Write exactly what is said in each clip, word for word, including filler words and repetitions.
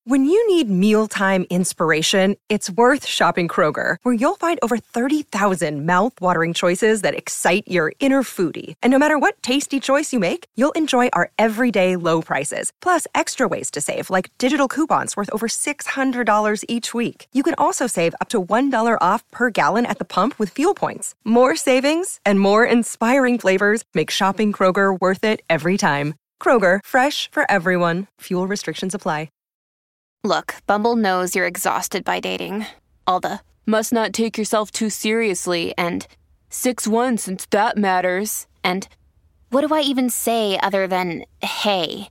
When you need mealtime inspiration, it's worth shopping Kroger, where you'll find over thirty thousand mouth-watering choices that excite your inner foodie. And no matter what tasty choice you make, you'll enjoy our everyday low prices, plus extra ways to save, like digital coupons worth over six hundred dollars each week. You can also save up to one dollar off per gallon at the pump with fuel points. More savings and more inspiring flavors make shopping Kroger worth it every time. Kroger, fresh for everyone. Fuel restrictions apply. Look, Bumble knows you're exhausted by dating. All the, must not take yourself too seriously, and six one since that matters, and what do I even say other than, hey?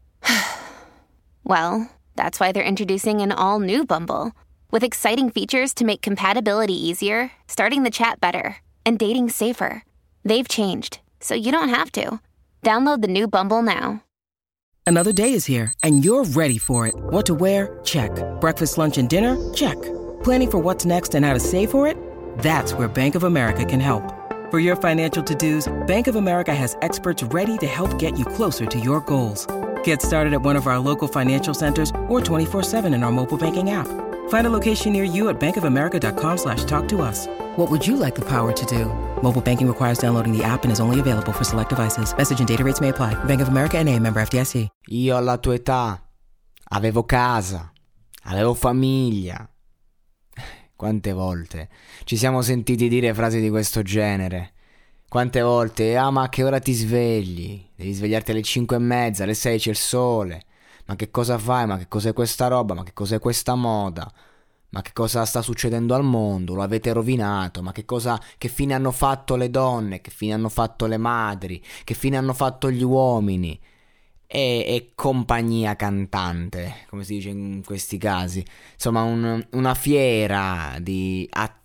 Well, that's why they're introducing an all-new Bumble, with exciting features to make compatibility easier, starting the chat better, and dating safer. They've changed, so you don't have to. Download the new Bumble now. Another day is here, and you're ready for it. What to wear? Check. Breakfast, lunch, and dinner? Check. Planning for what's next and how to save for it? That's where Bank of America can help. For your financial to-dos, Bank of America has experts ready to help get you closer to your goals. Get started at one of our local financial centers or twenty-four seven in our mobile banking app. Find a location near you at bankofamerica.com slash talk to us. What would you like the power to do? Mobile banking requires downloading the app and is only available for select devices. Message and data rates may apply. Bank of America N A, member F D I C. Io alla tua età avevo casa, avevo famiglia. Quante volte ci siamo sentiti dire frasi di questo genere? Quante volte, ah ma a che ora ti svegli? Devi svegliarti alle cinque e mezza, alle sei c'è il sole. Ma che cosa fai? Ma che cos'è questa roba? Ma che cos'è questa moda? Ma che cosa sta succedendo al mondo? Lo avete rovinato? Ma che cosa, che fine hanno fatto le donne? Che fine hanno fatto le madri? Che fine hanno fatto gli uomini? E, e compagnia cantante, come si dice in questi casi. Insomma, un, una fiera di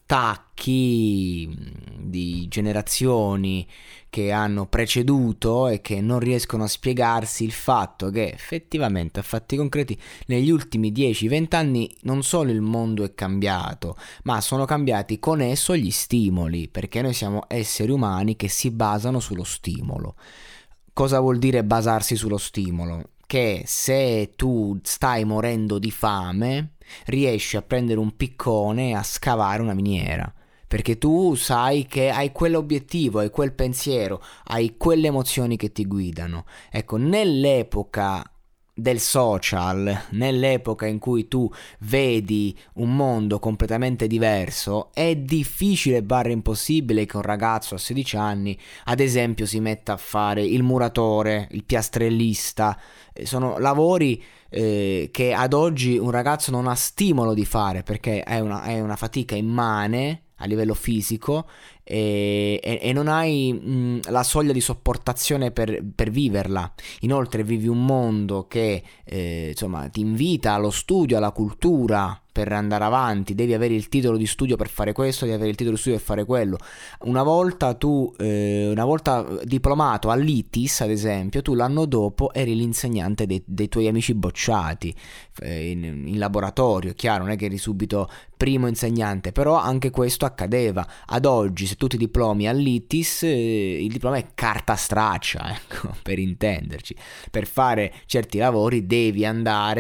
attacchi di generazioni che hanno preceduto e che non riescono a spiegarsi il fatto che effettivamente, a fatti concreti, negli ultimi dieci venti anni non solo il mondo è cambiato, ma sono cambiati con esso gli stimoli, perché noi siamo esseri umani che si basano sullo stimolo. Cosa vuol dire basarsi sullo stimolo? Che se tu stai morendo di fame, riesci a prendere un piccone e a scavare una miniera. Perché tu sai che hai quell'obiettivo, hai quel pensiero, hai quelle emozioni che ti guidano. Ecco, nell'epoca del social, nell'epoca in cui tu vedi un mondo completamente diverso, è difficile barra impossibile che un ragazzo a sedici anni, ad esempio, si metta a fare il muratore, il piastrellista. Sono lavori eh, che ad oggi un ragazzo non ha stimolo di fare, perché è una, è una fatica immane a livello fisico e, e, e non hai mh, la soglia di sopportazione per, per viverla. Inoltre vivi un mondo che eh, insomma ti invita allo studio, alla cultura per andare avanti. Devi avere il titolo di studio per fare questo, devi avere il titolo di studio per fare quello. Una volta tu eh, una volta diplomato all'I T I S, ad esempio, tu l'anno dopo eri l'insegnante dei, dei tuoi amici bocciati eh, in, in laboratorio. Chiaro, non è che eri subito primo insegnante, però anche questo accadeva. Ad oggi se tu ti diplomi all'I T I S, eh, il diploma è carta straccia, ecco, per intenderci. Per fare certi lavori devi andare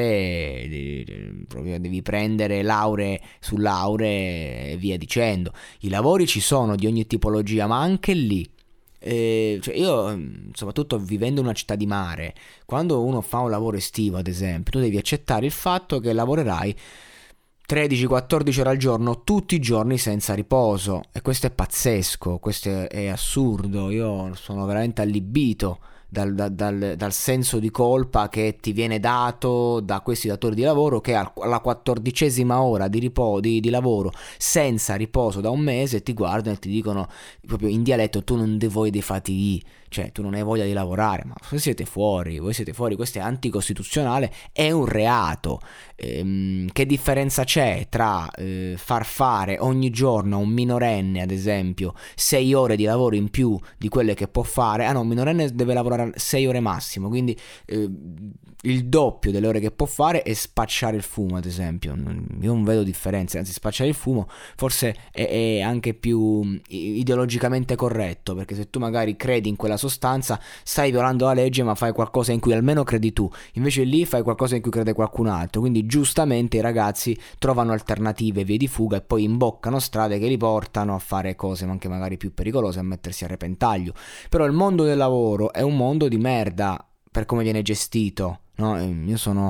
eh, proprio devi prendere lauree su lauree e via dicendo. I lavori ci sono di ogni tipologia, ma anche lì eh, cioè io, soprattutto vivendo in una città di mare, quando uno fa un lavoro estivo, ad esempio, tu devi accettare il fatto che lavorerai tredici quattordici ore al giorno tutti i giorni senza riposo, e questo è pazzesco, questo è, è assurdo. Io sono veramente allibito Dal, dal, dal senso di colpa che ti viene dato da questi datori di lavoro, che alla quattordicesima ora di, ripo- di, di lavoro senza riposo da un mese ti guardano e ti dicono proprio in dialetto: tu non ti vuoi dei fatti, cioè tu non hai voglia di lavorare. Ma voi siete fuori, voi siete fuori, questo è anticostituzionale, è un reato. Ehm, che differenza c'è tra eh, far fare ogni giorno a un minorenne, ad esempio, sei ore di lavoro in più di quelle che può fare? Ah no, un minorenne deve lavorare sei ore massimo, quindi eh, il doppio delle ore che può fare è spacciare il fumo, ad esempio. Io non vedo differenze, anzi spacciare il fumo forse è, è anche più ideologicamente corretto, perché se tu magari credi in quella sostanza stai violando la legge, ma fai qualcosa in cui almeno credi tu, invece lì fai qualcosa in cui crede qualcun altro. Quindi giustamente i ragazzi trovano alternative, vie di fuga, e poi imboccano strade che li portano a fare cose anche magari più pericolose, a mettersi a repentaglio. Però il mondo del lavoro è un mondo di merda per come viene gestito, no? Io sono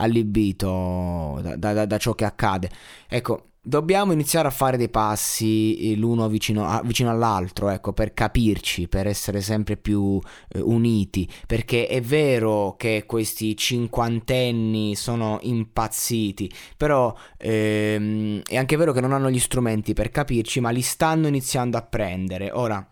allibito da, da, da ciò che accade. Ecco, dobbiamo iniziare a fare dei passi l'uno vicino, a, vicino all'altro, ecco, per capirci, per essere sempre più eh, uniti, perché è vero che questi cinquantenni sono impazziti, però ehm, è anche vero che non hanno gli strumenti per capirci, ma li stanno iniziando a prendere. Ora,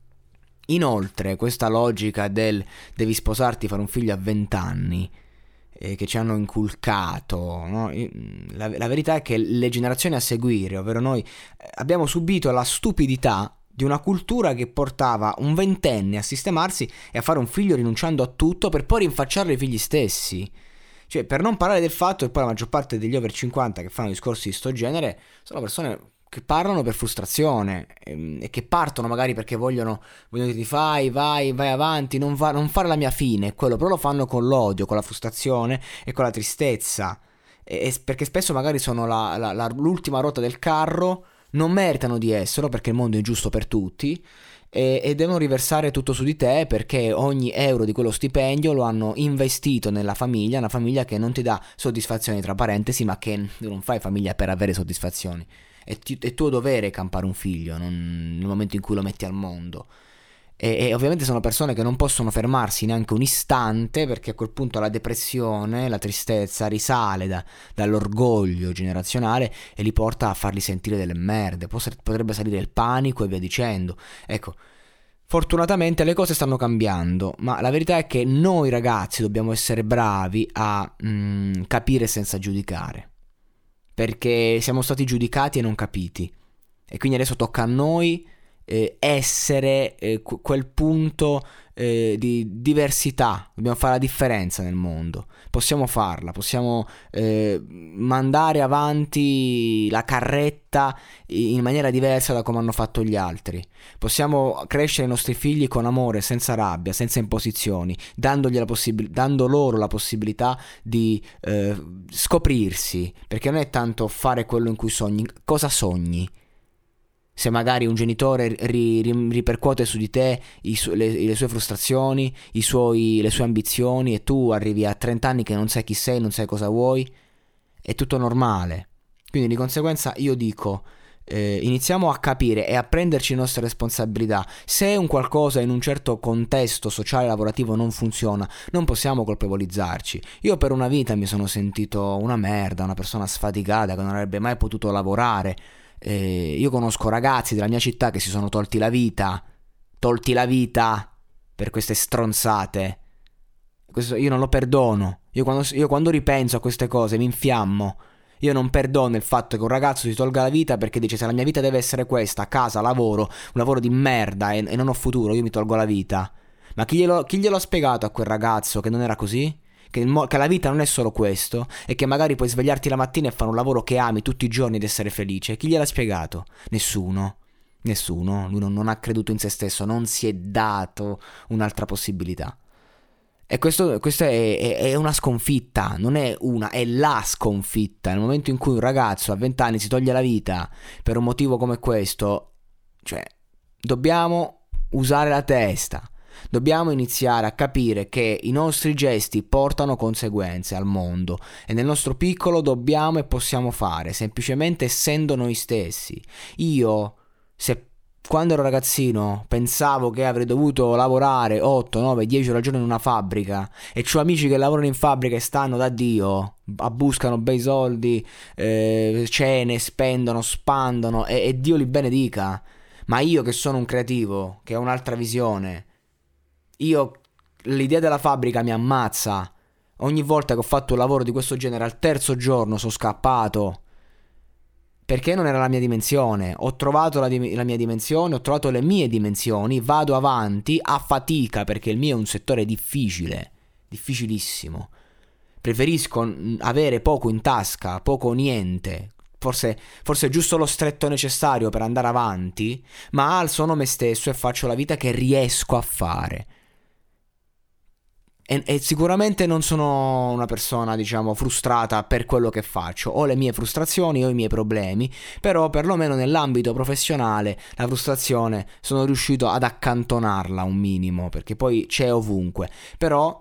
inoltre, questa logica del devi sposarti, fare un figlio a vent'anni, eh, che ci hanno inculcato, no? la, la verità è che le generazioni a seguire, ovvero noi, eh, abbiamo subito la stupidità di una cultura che portava un ventenne a sistemarsi e a fare un figlio rinunciando a tutto per poi rinfacciarlo ai figli stessi. Cioè, per non parlare del fatto che poi la maggior parte degli over cinquanta che fanno discorsi di sto genere sono persone che parlano per frustrazione e, e che partono magari perché vogliono, vogliono dire fai, vai, vai avanti, non, va, non fare la mia fine, quello, però lo fanno con l'odio, con la frustrazione e con la tristezza, e, e perché spesso magari sono la, la, la, l'ultima ruota del carro, non meritano di esserlo perché il mondo è ingiusto per tutti, e, e devono riversare tutto su di te perché ogni euro di quello stipendio lo hanno investito nella famiglia, una famiglia che non ti dà soddisfazioni, tra parentesi, ma che non fai famiglia per avere soddisfazioni. È, ti, è tuo dovere campare un figlio, non, nel momento in cui lo metti al mondo. E, e ovviamente sono persone che non possono fermarsi neanche un istante, perché a quel punto la depressione, la tristezza risale da, dall'orgoglio generazionale e li porta a farli sentire delle merde. Potrebbe salire il panico e via dicendo. Ecco, fortunatamente le cose stanno cambiando, ma la verità è che noi ragazzi dobbiamo essere bravi a mm, capire senza giudicare, perché siamo stati giudicati e non capiti, e quindi adesso tocca a noi eh, essere eh, quel punto eh, di diversità. Dobbiamo fare la differenza nel mondo, possiamo farla, possiamo eh, mandare avanti la carretta in maniera diversa da come hanno fatto gli altri, possiamo crescere i nostri figli con amore, senza rabbia, senza imposizioni, dandogli la possib- dando loro la possibilità di eh, scoprirsi, perché non è tanto fare quello in cui sogni. Cosa sogni? Se magari un genitore ri, ri, ripercuote su di te i su, le, le sue frustrazioni, i suoi, le sue ambizioni, e tu arrivi a trenta anni che non sai chi sei, non sai cosa vuoi, è tutto normale. Quindi di conseguenza io dico, eh, iniziamo a capire e a prenderci le nostre responsabilità. Se un qualcosa in un certo contesto sociale lavorativo non funziona, non possiamo colpevolizzarci. Io per una vita mi sono sentito una merda, una persona sfaticata che non avrebbe mai potuto lavorare. Eh, io conosco ragazzi della mia città che si sono tolti la vita, tolti la vita per queste stronzate. Questo io non lo perdono. Io quando, io quando ripenso a queste cose mi infiammo. Io non perdono il fatto che un ragazzo si tolga la vita perché dice se la mia vita deve essere questa, casa, lavoro, un lavoro di merda e, e non ho futuro, io mi tolgo la vita. Ma chi glielo, chi glielo ha spiegato a quel ragazzo che non era così? Che, il mo- che la vita non è solo questo, e che magari puoi svegliarti la mattina e fare un lavoro che ami tutti i giorni ed essere felice? Chi gliel'ha spiegato? Nessuno. Nessuno. Lui non, non ha creduto in se stesso, non si è dato un'altra possibilità. E questo, questo è, è, è una sconfitta, non è una, è la sconfitta. Nel momento in cui un ragazzo a venti anni si toglie la vita per un motivo come questo, cioè, dobbiamo usare la testa. Dobbiamo iniziare a capire che i nostri gesti portano conseguenze al mondo, e nel nostro piccolo dobbiamo e possiamo fare, semplicemente essendo noi stessi. Io, se quando ero ragazzino pensavo che avrei dovuto lavorare otto, nove, dieci ore al giorno in una fabbrica, e c'ho amici che lavorano in fabbrica e stanno da Dio, abbuscano bei soldi, eh, cene, spendono, spandono, e, e Dio li benedica. Ma io che sono un creativo, che ho un'altra visione, io l'idea della fabbrica mi ammazza. Ogni volta che ho fatto un lavoro di questo genere, al terzo giorno sono scappato, perché non era la mia dimensione. Ho trovato la, di- la mia dimensione, ho trovato le mie dimensioni, vado avanti a fatica perché il mio è un settore difficile, difficilissimo. Preferisco avere poco in tasca, poco o niente, forse, forse è giusto lo stretto necessario per andare avanti, ma sono me stesso e faccio la vita che riesco a fare. E, e sicuramente non sono una persona, diciamo, frustrata per quello che faccio. Ho le mie frustrazioni, ho i miei problemi, però perlomeno nell'ambito professionale la frustrazione sono riuscito ad accantonarla un minimo, perché poi c'è ovunque. Però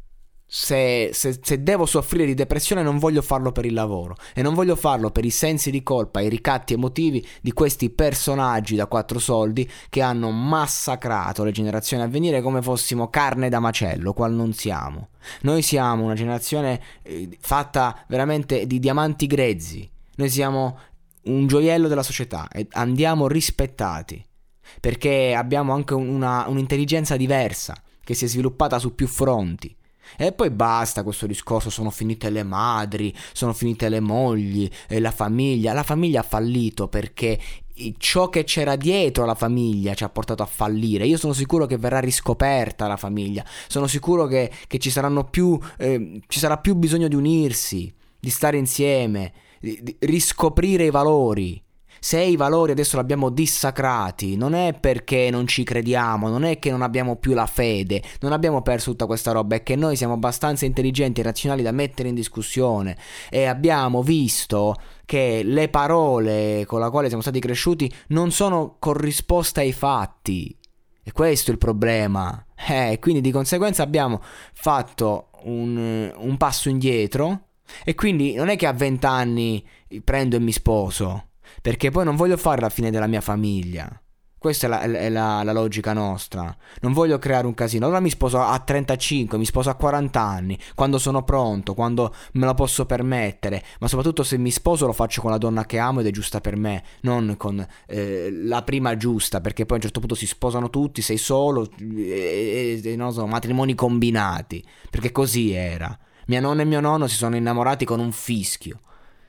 Se, se, se devo soffrire di depressione non voglio farlo per il lavoro e non voglio farlo per i sensi di colpa e i ricatti emotivi di questi personaggi da quattro soldi che hanno massacrato le generazioni a venire come fossimo carne da macello, qual non siamo. Noi siamo una generazione eh, fatta veramente di diamanti grezzi. Noi siamo un gioiello della società e andiamo rispettati perché abbiamo anche una, un'intelligenza diversa che si è sviluppata su più fronti. E poi basta questo discorso, sono finite le madri, sono finite le mogli, e la famiglia. La famiglia ha fallito perché ciò che c'era dietro la famiglia ci ha portato a fallire. Io sono sicuro che verrà riscoperta la famiglia, sono sicuro che, che ci saranno più, eh, ci sarà più bisogno di unirsi, di stare insieme, di, di riscoprire i valori. Se i valori adesso li abbiamo dissacrati, non è perché non ci crediamo, non è che non abbiamo più la fede, non abbiamo perso tutta questa roba, è che noi siamo abbastanza intelligenti e razionali da mettere in discussione e abbiamo visto che le parole con le quali siamo stati cresciuti non sono corrisposte ai fatti. E questo è il problema. Eh, quindi di conseguenza abbiamo fatto un, un passo indietro e quindi non è che a vent'anni prendo e mi sposo, perché poi non voglio fare la fine della mia famiglia. Questa è la, è la, la logica nostra. Non voglio creare un casino. Allora mi sposo a trentacinque, mi sposo a quaranta anni, quando sono pronto, quando me lo posso permettere. Ma soprattutto se mi sposo lo faccio con la donna che amo ed è giusta per me, non con eh, la prima giusta, perché poi a un certo punto si sposano tutti, sei solo, e, e, non so, matrimoni combinati, perché così era. Mia nonna e mio nonno si sono innamorati con un fischio.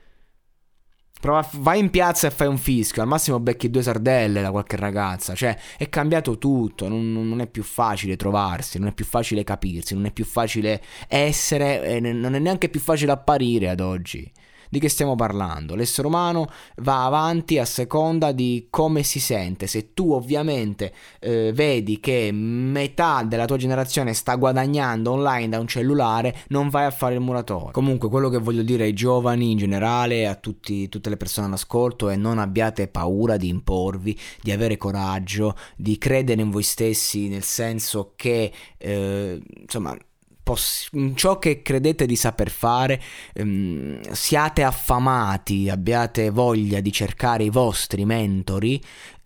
Prova, vai in piazza e fai un fischio, al massimo becchi due sardelle da qualche ragazza. Cioè è cambiato tutto, non, non è più facile trovarsi, non è più facile capirsi, non è più facile essere e non è neanche più facile apparire ad oggi. Di che stiamo parlando? L'essere umano va avanti a seconda di come si sente. Se tu ovviamente eh, vedi che metà della tua generazione sta guadagnando online da un cellulare, non vai a fare il muratore. Comunque quello che voglio dire ai giovani in generale, a tutti, tutte le persone all'ascolto, è: non abbiate paura di imporvi, di avere coraggio, di credere in voi stessi, nel senso che eh, insomma in ciò che credete di saper fare, ehm, siate affamati, abbiate voglia di cercare i vostri mentori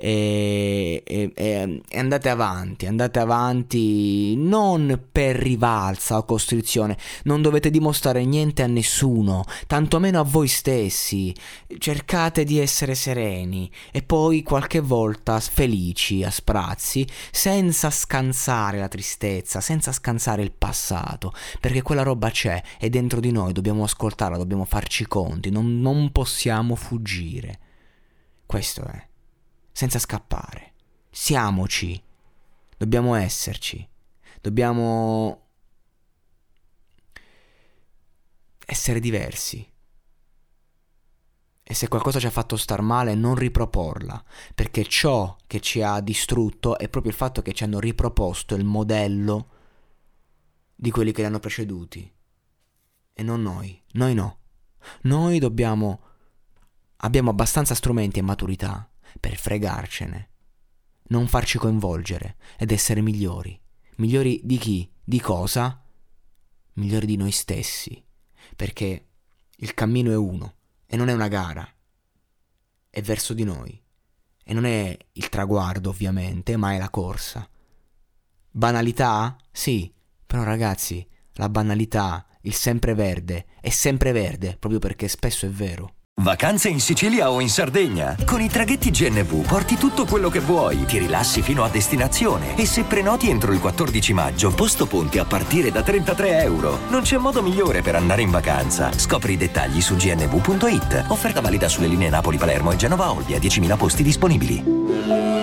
e, e, e andate avanti, andate avanti non per rivalsa o costrizione, non dovete dimostrare niente a nessuno, tantomeno a voi stessi. Cercate di essere sereni e poi qualche volta felici a sprazzi, senza scansare la tristezza, senza scansare il passato, perché quella roba c'è, è dentro di noi, dobbiamo ascoltarla, dobbiamo farci conti, non, non possiamo fuggire. Questo è, senza scappare. Siamoci, dobbiamo esserci, dobbiamo essere diversi. E se qualcosa ci ha fatto star male, non riproporla, perché ciò che ci ha distrutto è proprio il fatto che ci hanno riproposto il modello di quelli che li hanno preceduti e non noi. Noi no. Noi dobbiamo abbiamo abbastanza strumenti e maturità per fregarcene, non farci coinvolgere ed essere migliori. Migliori di chi? Di cosa? Migliori di noi stessi, perché il cammino è uno e non è una gara, è verso di noi e non è il traguardo ovviamente, ma è la corsa. Banalità? Sì. Però ragazzi, la banalità, il sempreverde, è sempreverde proprio perché spesso è vero. Vacanze in Sicilia o in Sardegna? Con i traghetti G N V porti tutto quello che vuoi, ti rilassi fino a destinazione e se prenoti entro il quattordici maggio, posto ponti a partire da trentatré euro. Non c'è modo migliore per andare in vacanza. Scopri i dettagli su g n v punto i t. Offerta valida sulle linee Napoli-Palermo e Genova-Olbia, diecimila posti disponibili.